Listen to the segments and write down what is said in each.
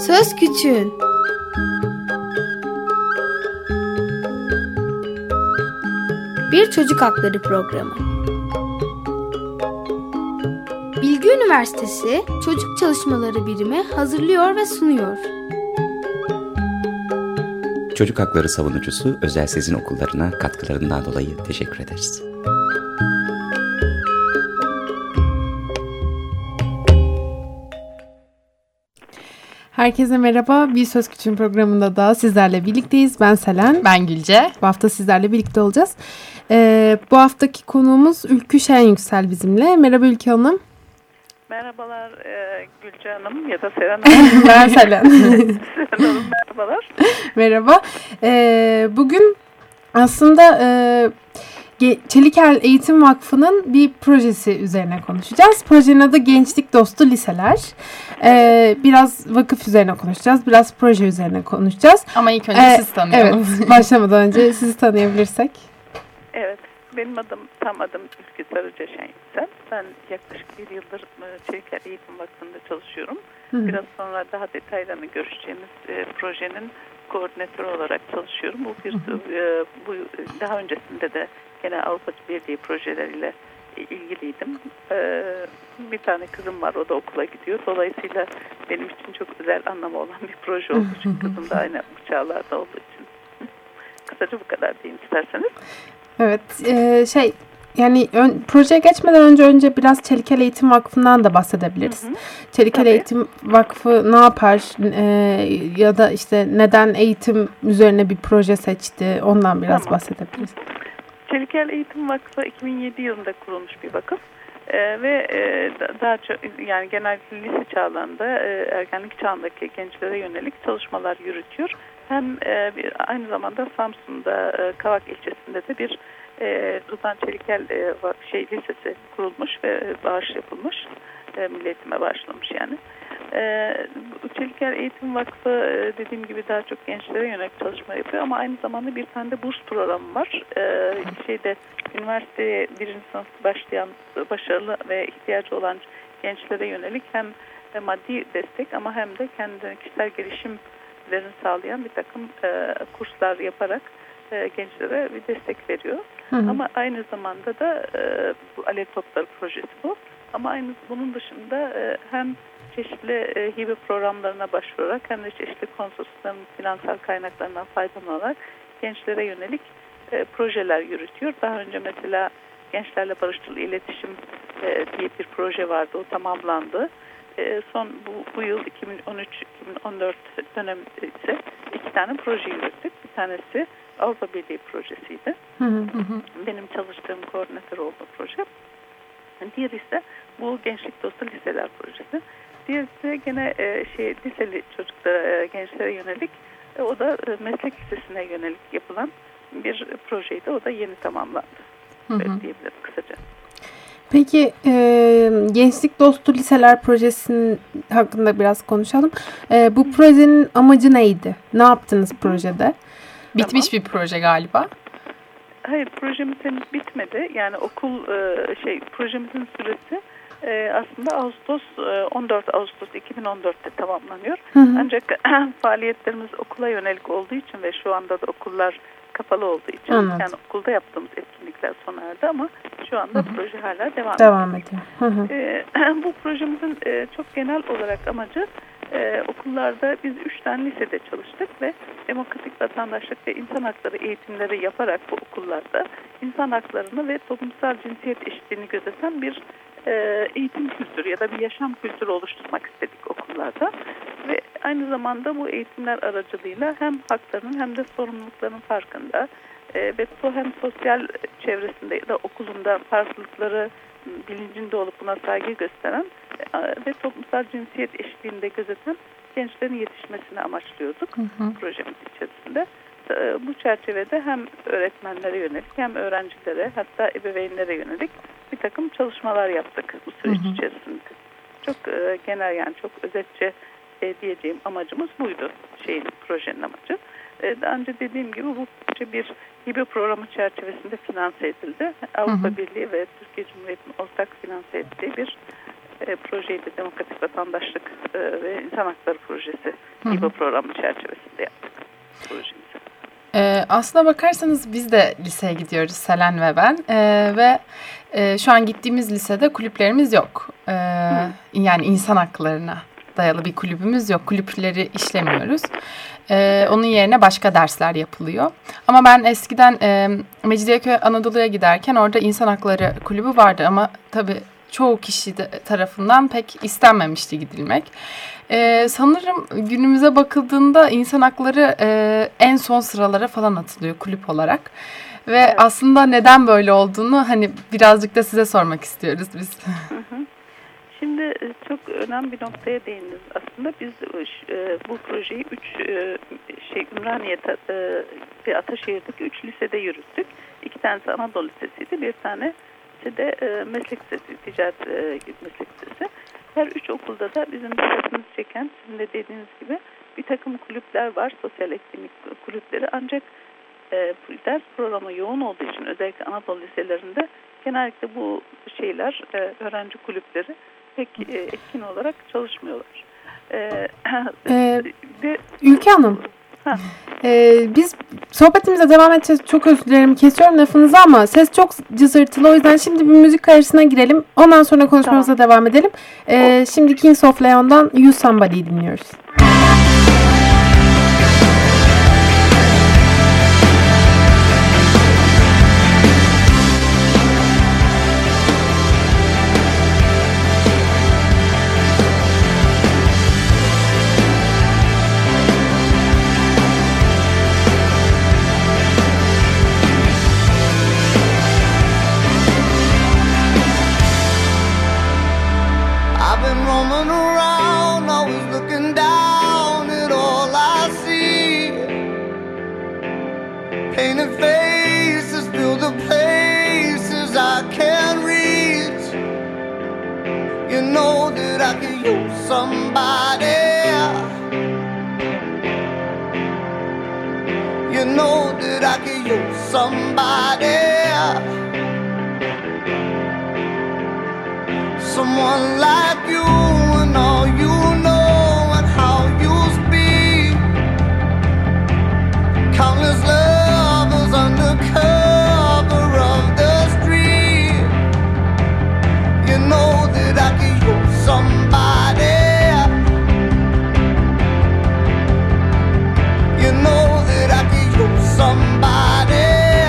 Söz Küçüğün. Bir çocuk hakları programı. Bilgi Üniversitesi Çocuk Çalışmaları Birimi hazırlıyor ve sunuyor. Çocuk hakları savunucusu Özel Sezin Okullarına katkılarından dolayı teşekkür ederiz. Herkese merhaba. Bir Söz Küçüğün programında da sizlerle birlikteyiz. Ben Selen. Ben Gülce. Bu hafta sizlerle birlikte olacağız. Bu haftaki konuğumuz Ülkü Şenyüksel bizimle. Merhaba Ülkü Hanım. Merhabalar Gülce Hanım ya da Selen Hanım. Ben Selen. Selen Hanım merhabalar. Merhaba. Bugün aslında Çelikel Eğitim Vakfı'nın bir projesi üzerine konuşacağız. Projenin adı Gençlik Dostu Liseler. Biraz vakıf üzerine konuşacağız. Biraz proje üzerine konuşacağız. Ama ilk önce sizi tanıyalım. Evet, başlamadan önce sizi tanıyabilirsek. Evet, benim tam adım Ülkü Sarıca Şenyüksel. Ben yaklaşık bir yıldır Çelikel Eğitim Vakfı'nda çalışıyorum. Biraz sonra daha detaylarını görüşeceğimiz projenin koordinatörü olarak çalışıyorum. Bu daha öncesinde de gene Avrupa Birliği projeleriyle ilgiliydim. Bir tane kızım var, o da okula gidiyor. Dolayısıyla benim için çok özel anlamı olan bir proje olduğu için, kızım da aynı çağlarda olduğu için. Kısaca bu kadar diyeyim isterseniz. Evet, yani projeye geçmeden önce biraz Çelikel Eğitim Vakfı'ndan da bahsedebiliriz. Çelikel Eğitim Vakfı ne yapar ya da işte neden eğitim üzerine bir proje seçti, ondan biraz bahsedebiliriz. Çelikel Eğitim Vakfı 2007 yılında kurulmuş bir vakıf ve daha çok yani genellikle lise çağlarında, ergenlik çağındaki gençlere yönelik çalışmalar yürütüyor. Hem aynı zamanda Samsun'da Kavak ilçesinde de bir Sultan Çelikel Lisesi kurulmuş ve bağış yapılmış. Milli Eğitim'e başlamış yani. Çelikel Eğitim Vakfı dediğim gibi daha çok gençlere yönelik çalışma yapıyor ama aynı zamanda bir tane de burs programı var. Üniversiteye birinci sınıf başlayan başarılı ve ihtiyacı olan gençlere yönelik hem maddi destek ama hem de kendine kişisel gelişimlerini sağlayan bir takım kurslar yaparak gençlere bir destek veriyor. Ama aynı zamanda da bu Alev Topları projesi bu. Ama bunun dışında hem çeşitli hibe programlarına başvurarak hem de çeşitli konsorsiyumların finansal kaynaklarından faydalanarak gençlere yönelik projeler yürütüyor. Daha önce mesela Gençlerle Barışçıl İletişim diye bir proje vardı. O tamamlandı. Son bu yıl 2013-2014 dönemi ise 2 tane proje yürüttük. Bir tanesi Avrupa Birliği projesiydi. Benim çalıştığım koordinatör oldu proje. Diğeri ise bu Gençlik Dostu Liseler projesi. Diğeri ise gene liseli çocuklara, gençlere yönelik, o da meslek lisesine yönelik yapılan bir projeydi. O da yeni tamamlandı. Böyle diyebiliriz kısaca. Peki Gençlik Dostu Liseler projesinin hakkında biraz konuşalım. Bu projenin amacı neydi? Ne yaptınız projede? Bitmiş bir proje galiba. Hayır, projemiz henüz bitmedi. Yani projemizin süresi aslında 14 Ağustos 2014'te tamamlanıyor. Ancak faaliyetlerimiz okula yönelik olduğu için ve şu anda da okullar kapalı olduğu için yani okulda yaptığımız etkinlikler sona erdi ama şu anda proje hala devam ediyor. Bu projemizin çok genel olarak amacı okullarda biz 3 tane lisede çalıştık ve demokratik vatandaşlık ve insan hakları eğitimleri yaparak bu okullarda insan haklarını ve toplumsal cinsiyet eşitliğini gözeten bir eğitim kültürü ya da bir yaşam kültürü oluşturmak istedik okullarda. Ve aynı zamanda bu eğitimler aracılığıyla hem haklarının hem de sorumluluklarının farkında ve hem sosyal çevresinde ya da okulunda farklılıkları bilincinde olup buna saygı gösteren ve toplumsal cinsiyet eşitliğini de gözeten gençlerin yetişmesini amaçlıyorduk projemiz içerisinde. Bu çerçevede hem öğretmenlere yönelik hem öğrencilere hatta ebeveynlere yönelik bir takım çalışmalar yaptık bu süreç içerisinde. Çok genel yani çok özetçe diyeceğim amacımız buydu projenin amacı. Daha önce dediğim gibi bu proje bir hibe programı çerçevesinde finanse edildi. Avrupa Birliği ve Türkiye Cumhuriyeti'nin ortak finanse ettiği bir projeyi de Demokratik Vatandaşlık ve İnsan Hakları Projesi İBA programı çerçevesinde yaptık projemizi. Aslına bakarsanız biz de liseye gidiyoruz, Selen ve ben. Ve şu an gittiğimiz lisede kulüplerimiz yok. Yani insan haklarına dayalı bir kulübümüz yok. Kulüpleri işlemiyoruz. Onun yerine başka dersler yapılıyor. Ama ben eskiden Mecidiyeköy Anadolu'ya giderken orada insan hakları kulübü vardı. Ama tabii çoğu kişi tarafından pek istenmemişti gidilmek. Sanırım günümüze bakıldığında insan hakları en son sıralara falan atılıyor kulüp olarak. Ve evet, aslında neden böyle olduğunu hani birazcık da size sormak istiyoruz biz. Şimdi çok önemli bir noktaya değindiniz. Aslında biz bu projeyi Ümraniye ve Ataşehir'deki 3 lisede yürüttük. 2 tanesi Anadolu Lisesi'ydi, bir tanesi de meslek lisesi, ticaret meslek lisesi. Her 3 okulda da bizim dikkatimizi çeken, sizin de dediğiniz gibi bir takım kulüpler var, sosyal etkinlik kulüpleri. Ancak ders programı yoğun olduğu için özellikle Anadolu liselerinde genellikle bu öğrenci kulüpleri pek etkin olarak çalışmıyorlar. Ülke Hanım, biz sohbetimize devam edeceğiz. Çok özür dilerim, kesiyorum lafınızı ama ses çok cızırtılı. O yüzden şimdi bir müzik arasına girelim. Ondan sonra konuşmamıza devam edelim. Şimdi Kings of Leon'dan You Somebody'yi dinliyoruz. Someone like you and all you know and how you speak. Countless lovers under cover of the street. You know that I could use somebody. You know that I could use somebody.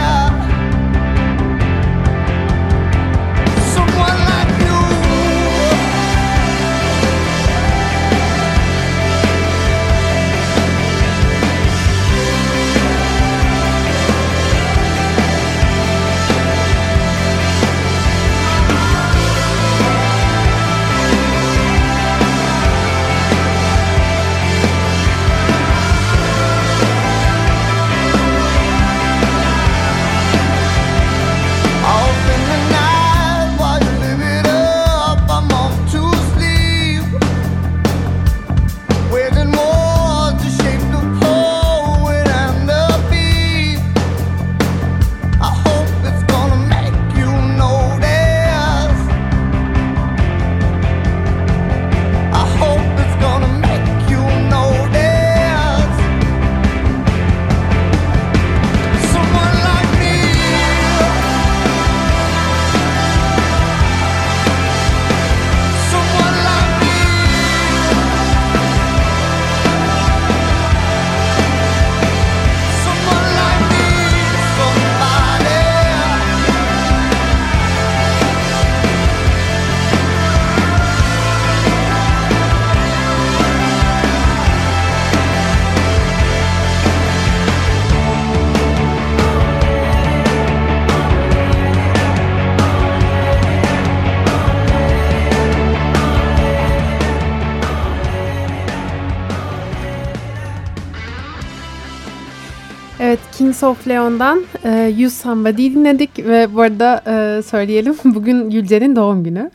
Kings of Leon'dan You Somebody'yi dinledik ve bu arada söyleyelim bugün Gülce'nin doğum günü.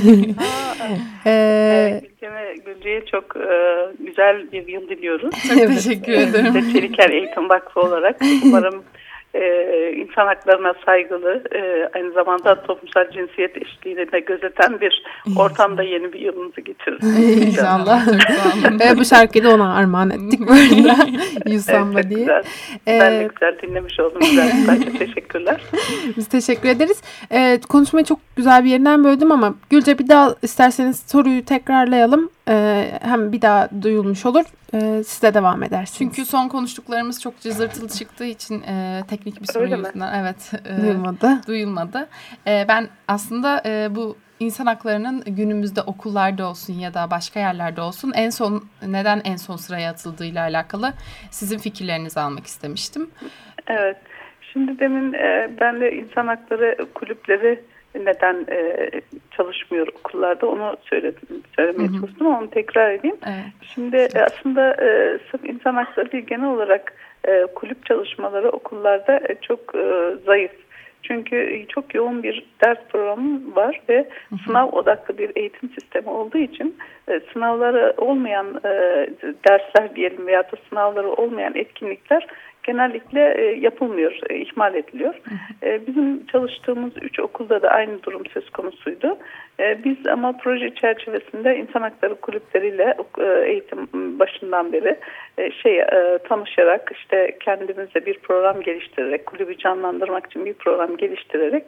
Gülce'ye çok güzel bir yıl diliyoruz. Çok teşekkür ederim. Çelikel Eğitim Vakfı olarak umarım insan haklarına saygılı, aynı zamanda toplumsal cinsiyet eşitliğini de gözeten bir ortamda yeni bir yılınızı getirir. İnşallah. Bu şarkıyı da ona armağan ettik bu arada. Yusamba diye. Güzel. Ben de güzel dinlemiş oldum. Güzel. Teşekkürler. Biz teşekkür ederiz. Konuşmayı çok güzel bir yerinden böldüm ama Gülce, bir daha isterseniz soruyu tekrarlayalım. Hem bir daha duyulmuş olur. Siz de devam edersiniz. Çünkü son konuştuklarımız çok cızırtılı çıktığı için teknik bir sorun yüzünden duyulmadı. Ben aslında bu insan haklarının günümüzde okullarda olsun ya da başka yerlerde olsun neden en son sıraya atıldığıyla alakalı sizin fikirlerinizi almak istemiştim. Evet. Şimdi demin ben de insan hakları kulüpleri neden çalışmıyor okullarda onu söylemeye çalıştım ama onu tekrar edeyim. Evet. Şimdi aslında sırf insan hakları değil, genel olarak kulüp çalışmaları okullarda çok zayıf. Çünkü çok yoğun bir ders programı var ve sınav odaklı bir eğitim sistemi olduğu için sınavları olmayan dersler diyelim veya da sınavları olmayan etkinlikler genellikle yapılmıyor, ihmal ediliyor. Bizim çalıştığımız 3 okulda da aynı durum söz konusuydu. Biz ama proje çerçevesinde insan hakları kulüpleriyle eğitim başından beri tanışarak, işte kendimizde bir program geliştirerek, kulübü canlandırmak için bir program geliştirerek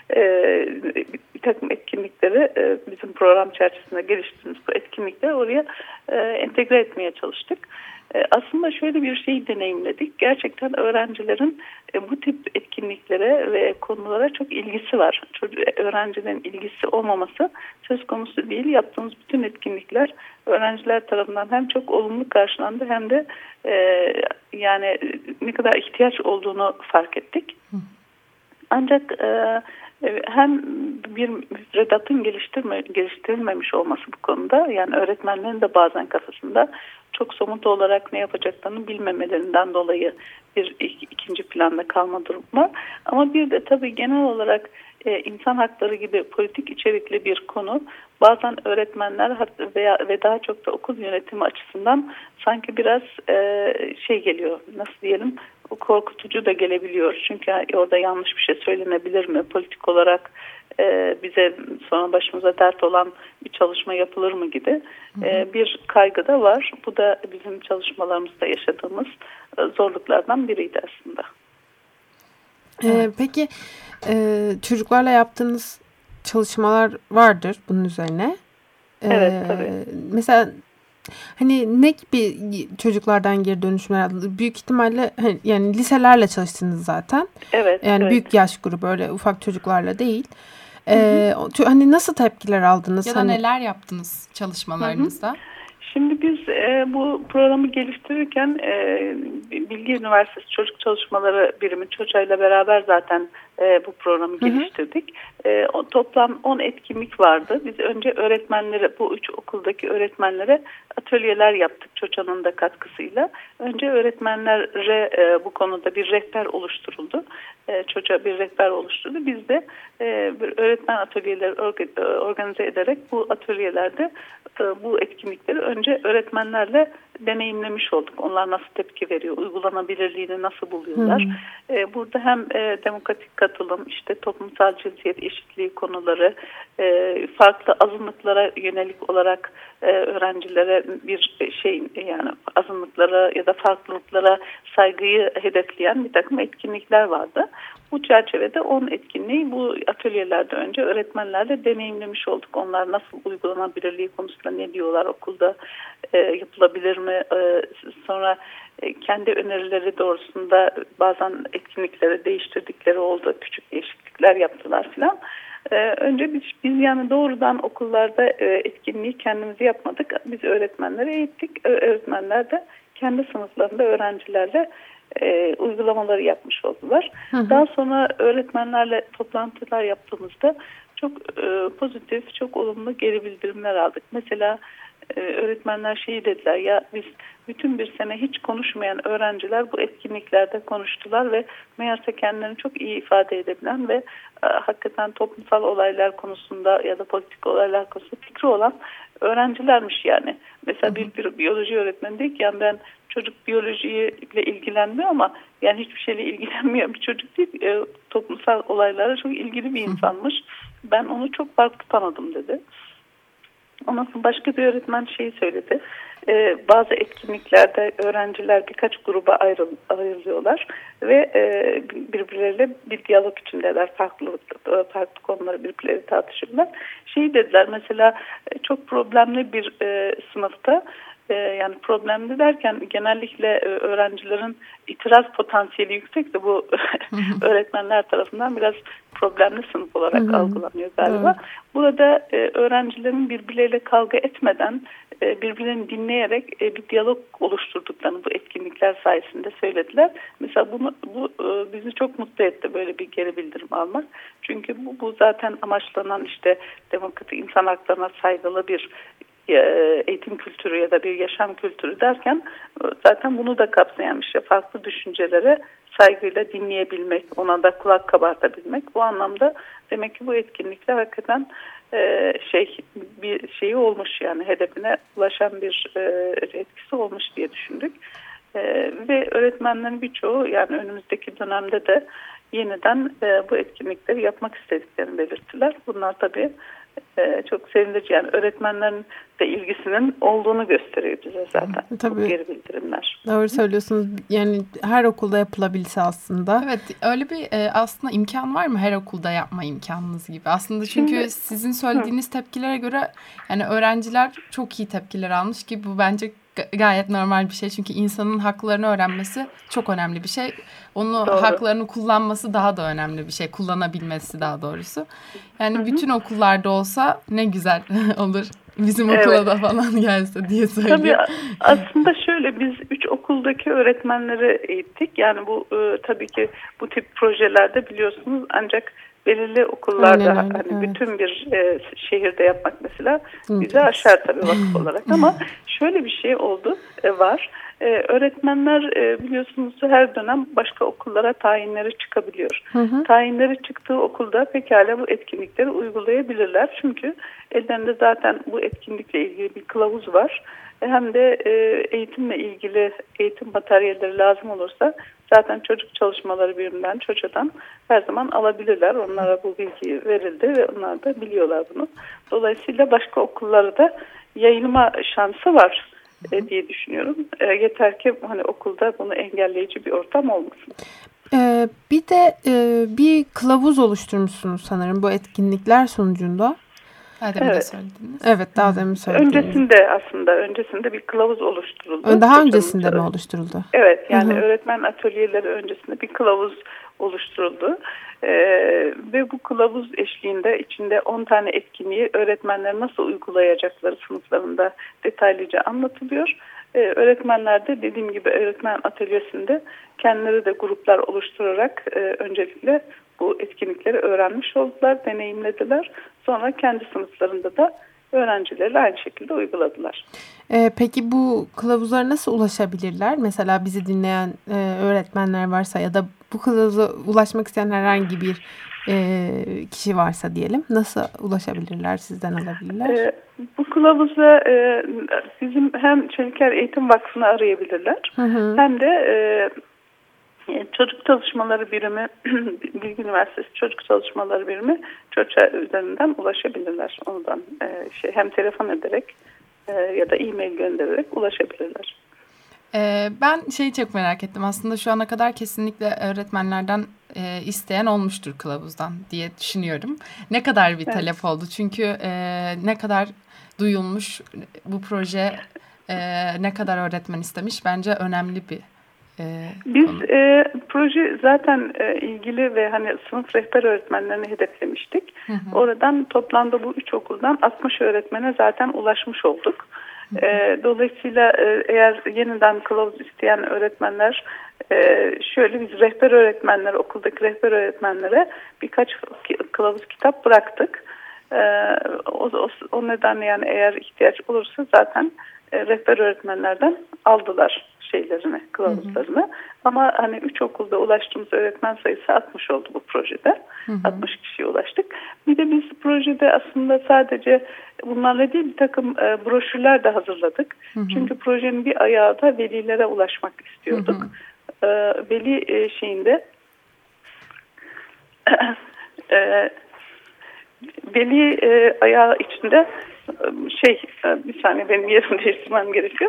bir takım etkinlikleri bizim program çerçevesinde geliştirdiğimiz bu etkinlikleri oraya entegre etmeye çalıştık. Aslında şöyle bir şey deneyimledik. Gerçekten öğrencilerin bu tip etkinliklere ve konulara çok ilgisi var. Öğrencilerin ilgisi olmaması söz konusu değil. Yaptığımız bütün etkinlikler öğrenciler tarafından hem çok olumlu karşılandı hem de yani ne kadar ihtiyaç olduğunu fark ettik. Ancak hem bir müfredatın geliştirilmemiş olması bu konuda, yani öğretmenlerin de bazen kafasında çok somut olarak ne yapacaklarını bilmemelerinden dolayı bir ikinci planda kalma durumu var. Ama bir de tabii genel olarak insan hakları gibi politik içerikli bir konu bazen öğretmenler ve daha çok da okul yönetimi açısından sanki biraz geliyor, nasıl diyelim, korkutucu da gelebiliyor. Çünkü orada yanlış bir şey söylenebilir mi? Politik olarak bize sonra başımıza dert olan bir çalışma yapılır mı gibi bir kaygı da var. Bu da bizim çalışmalarımızda yaşadığımız zorluklardan biriydi aslında. Peki çocuklarla yaptığınız çalışmalar vardır bunun üzerine. Evet, tabii. Mesela hani ne gibi çocuklardan geri dönüşümler aldı? Büyük ihtimalle yani liselerle çalıştınız zaten. Evet. Yani evet. büyük yaş grubu, öyle ufak çocuklarla değil. Hani nasıl tepkiler aldınız? Ya da neler yaptınız çalışmalarınızda? Şimdi biz bu programı geliştirirken Bilgi Üniversitesi Çocuk Çalışmaları Birimi ÇOÇA ile beraber zaten bu programı geliştirdik. Toplam 10 etkinlik vardı. Biz önce öğretmenlere, bu 3 okuldaki öğretmenlere atölyeler yaptık ÇOÇA'nın da katkısıyla. Önce öğretmenlere bu konuda bir rehber oluşturuldu. ÇOÇA bir rehber oluşturdu. Biz de öğretmen atölyeleri organize ederek bu atölyelerde bu etkinlikleri önce öğretmenlerle deneyimlemiş olduk. Onlar nasıl tepki veriyor, uygulanabilirliğini nasıl buluyorlar. Burada hem demokratik katılım, işte toplumsal cinsiyet eşitliği konuları, farklı azınlıklara yönelik olarak öğrencilere bir yani azınlıklara ya da farklılıklara saygıyı hedefleyen bir takım etkinlikler vardı. Bu çerçevede 10 etkinliği bu atölyelerde önce öğretmenlerle deneyimlemiş olduk. Onlar nasıl uygulanabilirliği konusunda ne diyorlar, okulda yapılabilir mi? Sonra kendi önerileri doğrusunda bazen etkinlikleri değiştirdikleri oldu. Küçük değişiklikler yaptılar filan. Önce biz yani doğrudan okullarda etkinliği kendimiz yapmadık. Biz öğretmenleri eğittik. Öğretmenler de kendi sınıflarında öğrencilerle uygulamaları yapmış oldular. Daha sonra öğretmenlerle toplantılar yaptığımızda çok pozitif, çok olumlu geri bildirimler aldık. Mesela öğretmenler dediler, ya biz bütün bir sene hiç konuşmayan öğrenciler bu etkinliklerde konuştular ve meğerse kendilerini çok iyi ifade edebilen ve hakikaten toplumsal olaylar konusunda ya da politik olaylar konusunda fikri olan öğrencilermiş yani. Mesela bir biyoloji öğretmeni dedi ki, yani ben çocuk biyolojiyle ilgilenmiyor ama yani hiçbir şeyle ilgilenmeyen bir çocuk değil. Toplumsal olaylara çok ilgili bir insanmış. Ben onu çok farklı tanıdım dedi. Ondan sonra başka bir öğretmen şeyi söyledi. Bazı etkinliklerde öğrenciler birkaç gruba ayrılıyorlar ve birbirleriyle bir diyalog içindeler. Farklı konuları birbirleri tartışırlar. Şey dediler mesela çok problemli bir sınıfta, yani problemli derken genellikle öğrencilerin itiraz potansiyeli yüksek de bu öğretmenler tarafından biraz problemli sınıf olarak algılanıyor galiba. Burada öğrencilerin birbirleriyle kavga etmeden birbirlerini dinleyerek bir diyalog oluşturduklarını bu etkinlikler sayesinde söylediler. Mesela bu bizi çok mutlu etti, böyle bir geri bildirim almak. Çünkü bu zaten amaçlanan işte demokratik, insan haklarına saygılı bir eğitim kültürü ya da bir yaşam kültürü derken zaten bunu da kapsayan bir şey. Farklı düşüncelere saygıyla dinleyebilmek, ona da kulak kabartabilmek. Bu anlamda demek ki bu etkinlikler hakikaten bir şeyi olmuş, yani hedefine ulaşan bir etkisi olmuş diye düşündük. Ve öğretmenlerin birçoğu yani önümüzdeki dönemde de yeniden bu etkinlikleri yapmak istediklerini belirttiler. Bunlar tabii çok sevindirici, yani öğretmenlerin de ilgisinin olduğunu gösteriyor bize zaten. Tabii. Bu geri bildirimler. Doğru söylüyorsunuz. Yani her okulda yapılabilse aslında. Evet, öyle bir aslında imkan var mı her okulda yapma imkanınız gibi? Aslında çünkü sizin söylediğiniz tepkilere göre yani öğrenciler çok iyi tepkiler almış ki bu bence gayet normal bir şey. Çünkü insanın haklarını öğrenmesi çok önemli bir şey. Onu haklarını kullanması daha da önemli bir şey. Kullanabilmesi daha doğrusu. Yani bütün okullarda olsa ne güzel olur. Bizim okula da falan gelse diye söylüyor. Tabii aslında şöyle, biz 3 okuldaki öğretmenleri eğittik. Yani bu tabii ki bu tip projelerde biliyorsunuz ancak belirli okullarda hani bütün bir şehirde yapmak mesela bize aşar tabii vakıf olarak. Ama şöyle bir şey oldu, var. Öğretmenler biliyorsunuz her dönem başka okullara tayinleri çıkabiliyor. Tayinleri çıktığı okulda pekala bu etkinlikleri uygulayabilirler. Çünkü ellerinde zaten bu etkinlikle ilgili bir kılavuz var. Hem de eğitimle ilgili eğitim materyalleri lazım olursa zaten çocuk çalışmaları biriminden, ÇOÇA'dan her zaman alabilirler. Onlara bu bilgi verildi ve onlar da biliyorlar bunu. Dolayısıyla başka okullara da yayılma şansı var diye düşünüyorum. Yeter ki hani okulda bunu engelleyici bir ortam olmasın. Bir de bir kılavuz oluşturmuşsunuz sanırım bu etkinlikler sonucunda. Daha söylediniz. Evet, daha demin söylediniz. Öncesinde bir kılavuz oluşturuldu. Daha öncesinde mi oluşturuldu? Evet, yani öğretmen atölyeleri öncesinde bir kılavuz oluşturuldu. Ve bu kılavuz eşliğinde içinde 10 tane etkinliği öğretmenler nasıl uygulayacakları sınıflarında detaylıca anlatılıyor. Öğretmenler de dediğim gibi öğretmen atölyesinde kendileri de gruplar oluşturarak öncelikle bu etkinlikleri öğrenmiş oldular, deneyimlediler. Sonra kendi sınıflarında da öğrencileri aynı şekilde uyguladılar. Peki bu kılavuzlara nasıl ulaşabilirler? Mesela bizi dinleyen öğretmenler varsa ya da bu kılavuza ulaşmak isteyen herhangi bir kişi varsa diyelim. Nasıl ulaşabilirler, sizden alabilirler? Bu kılavuza bizim hem Çeliker Eğitim Vakfı'nı arayabilirler. Hem de Çocuk Çalışmaları Birimi, Bilgi Üniversitesi Çocuk Çalışmaları Birimi ÇOÇA üzerinden ulaşabilirler. Ondan hem telefon ederek ya da e-mail göndererek ulaşabilirler. Ben şeyi çok merak ettim. Aslında şu ana kadar kesinlikle öğretmenlerden isteyen olmuştur kılavuzdan diye düşünüyorum. Ne kadar bir talep oldu? Çünkü ne kadar duyulmuş bu proje, ne kadar öğretmen istemiş, bence önemli bir biz proje zaten ilgili ve hani sınıf rehber öğretmenlerini hedeflemiştik. Oradan toplamda bu 3 okuldan 60 öğretmene zaten ulaşmış olduk. Dolayısıyla eğer yeniden kılavuz isteyen öğretmenler şöyle, biz rehber öğretmenler, okuldaki rehber öğretmenlere birkaç kılavuz kitap bıraktık. O nedenle yani eğer ihtiyaç olursa zaten rehber öğretmenlerden aldılar kılavuzlarını. Ama hani 3 okulda ulaştığımız öğretmen sayısı 60 oldu bu projede. 60 kişiye ulaştık. Bir de biz projede aslında sadece bunlarla değil bir takım broşürler de hazırladık. Çünkü projenin bir ayağı da velilere ulaşmak istiyorduk. Veli şeyinde veli ayağı içinde bir saniye benim yerimi değiştirmem gerekiyor.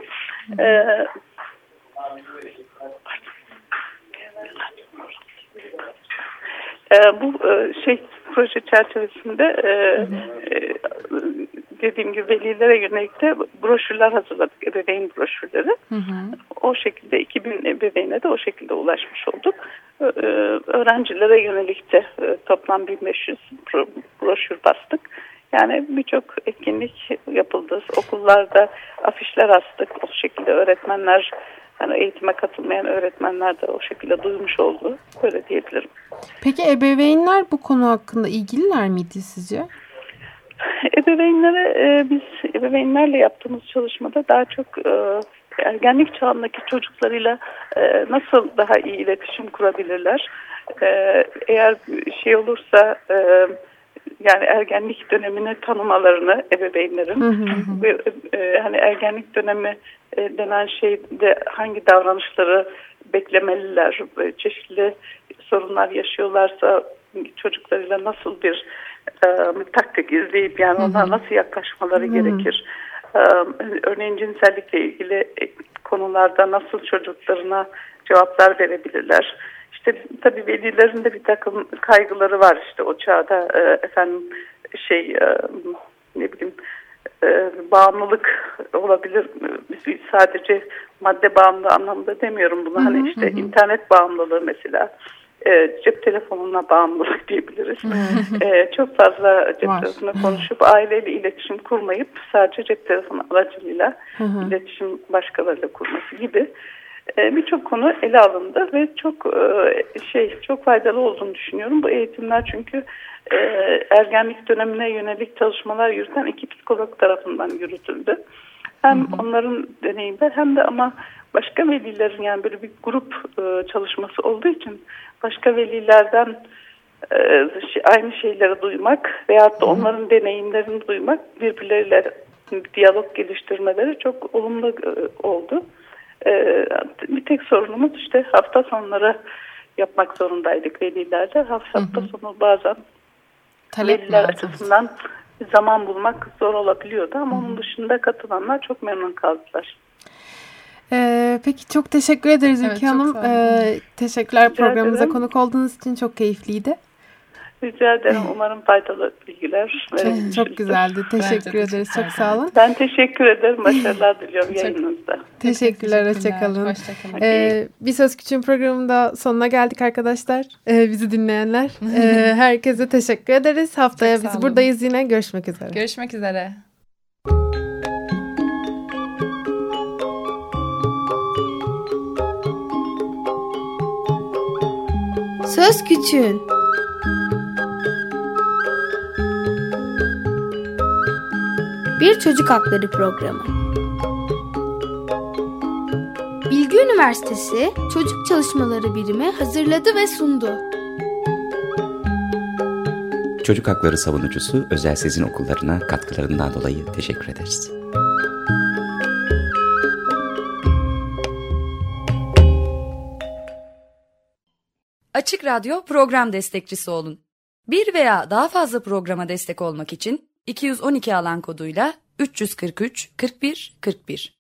Bu proje çerçevesinde dediğim gibi velilere yönelik de broşürler hazırladık, ebeveyn broşürleri. O şekilde 2000 ebeveyne de o şekilde ulaşmış olduk. Öğrencilere yönelik de toplam 1500 broşür bastık. Yani birçok etkinlik yapıldı. Okullarda afişler astık. O şekilde öğretmenler, yani eğitime katılmayan öğretmenler de o şekilde duymuş oldu. Böyle diyebilirim. Peki ebeveynler bu konu hakkında ilgililer miydi sizce? Biz ebeveynlerle yaptığımız çalışmada daha çok ergenlik çağındaki çocuklarıyla nasıl daha iyi iletişim kurabilirler? Eğer şey olursa yani ergenlik dönemini tanımalarını ebeveynlerin hani ergenlik dönemi denen şeyde hangi davranışları beklemeliler, çeşitli sorunlar yaşıyorlarsa çocuklarıyla nasıl bir taktik izleyip yani onlara nasıl yaklaşmaları gerekir? Örneğin cinsellikle ilgili konularda nasıl çocuklarına cevaplar verebilirler? İşte tabii velilerin de bir takım kaygıları var işte o çağda bağımlılık olabilir. Biz sadece madde bağımlılığı anlamında demiyorum bunu. Hani işte internet bağımlılığı mesela. Cep telefonuna bağımlılık diyebiliriz. Çok fazla cep telefonu konuşup aileyle iletişim kurmayıp sadece cep telefonu aracılığıyla iletişim başkalarıyla kurması gibi birçok konu ele alındı ve çok faydalı olduğunu düşünüyorum. Bu eğitimler çünkü ergenlik dönemine yönelik çalışmalar yürüten 2 psikolog tarafından yürütüldü. Hem onların deneyimler hem de ama başka velilerin yani böyle bir grup çalışması olduğu için başka velilerden aynı şeyleri duymak veyahut da onların deneyimlerini duymak birbirleriyle diyalog geliştirmeleri çok olumlu oldu. Bir tek sorunumuz işte hafta sonları yapmak zorundaydık velilerde. Hafta sonu bazen veliler açısından zaman bulmak zor olabiliyordu ama onun dışında katılanlar çok memnun kaldılar. Peki çok teşekkür ederiz Ülke Hanım. Teşekkürler programımıza konuk olduğunuz için, çok keyifliydi. Rica ederim. Umarım faydalı bilgiler verebilmişizdir. Çok güzeldi. Teşekkür ederiz. Çok sağ olun. Ben teşekkür ederim. Başarılar diliyorum yayınınızda. Teşekkürler. Hoşçakalın. Bir Söz Küçüğün programında sonuna geldik arkadaşlar. Bizi dinleyenler. Herkese teşekkür ederiz. Haftaya biz buradayız yine. Görüşmek üzere. Görüşmek üzere. Söz Küçüğün. Bir çocuk hakları programı. Bilgi Üniversitesi Çocuk Çalışmaları Birimi hazırladı ve sundu. Çocuk hakları savunucusu Özel Sezin Okullarına katkılarından dolayı teşekkür ederiz. Açık Radyo program destekçisi olun. Bir veya daha fazla programa destek olmak için 212 alan koduyla 343 41 41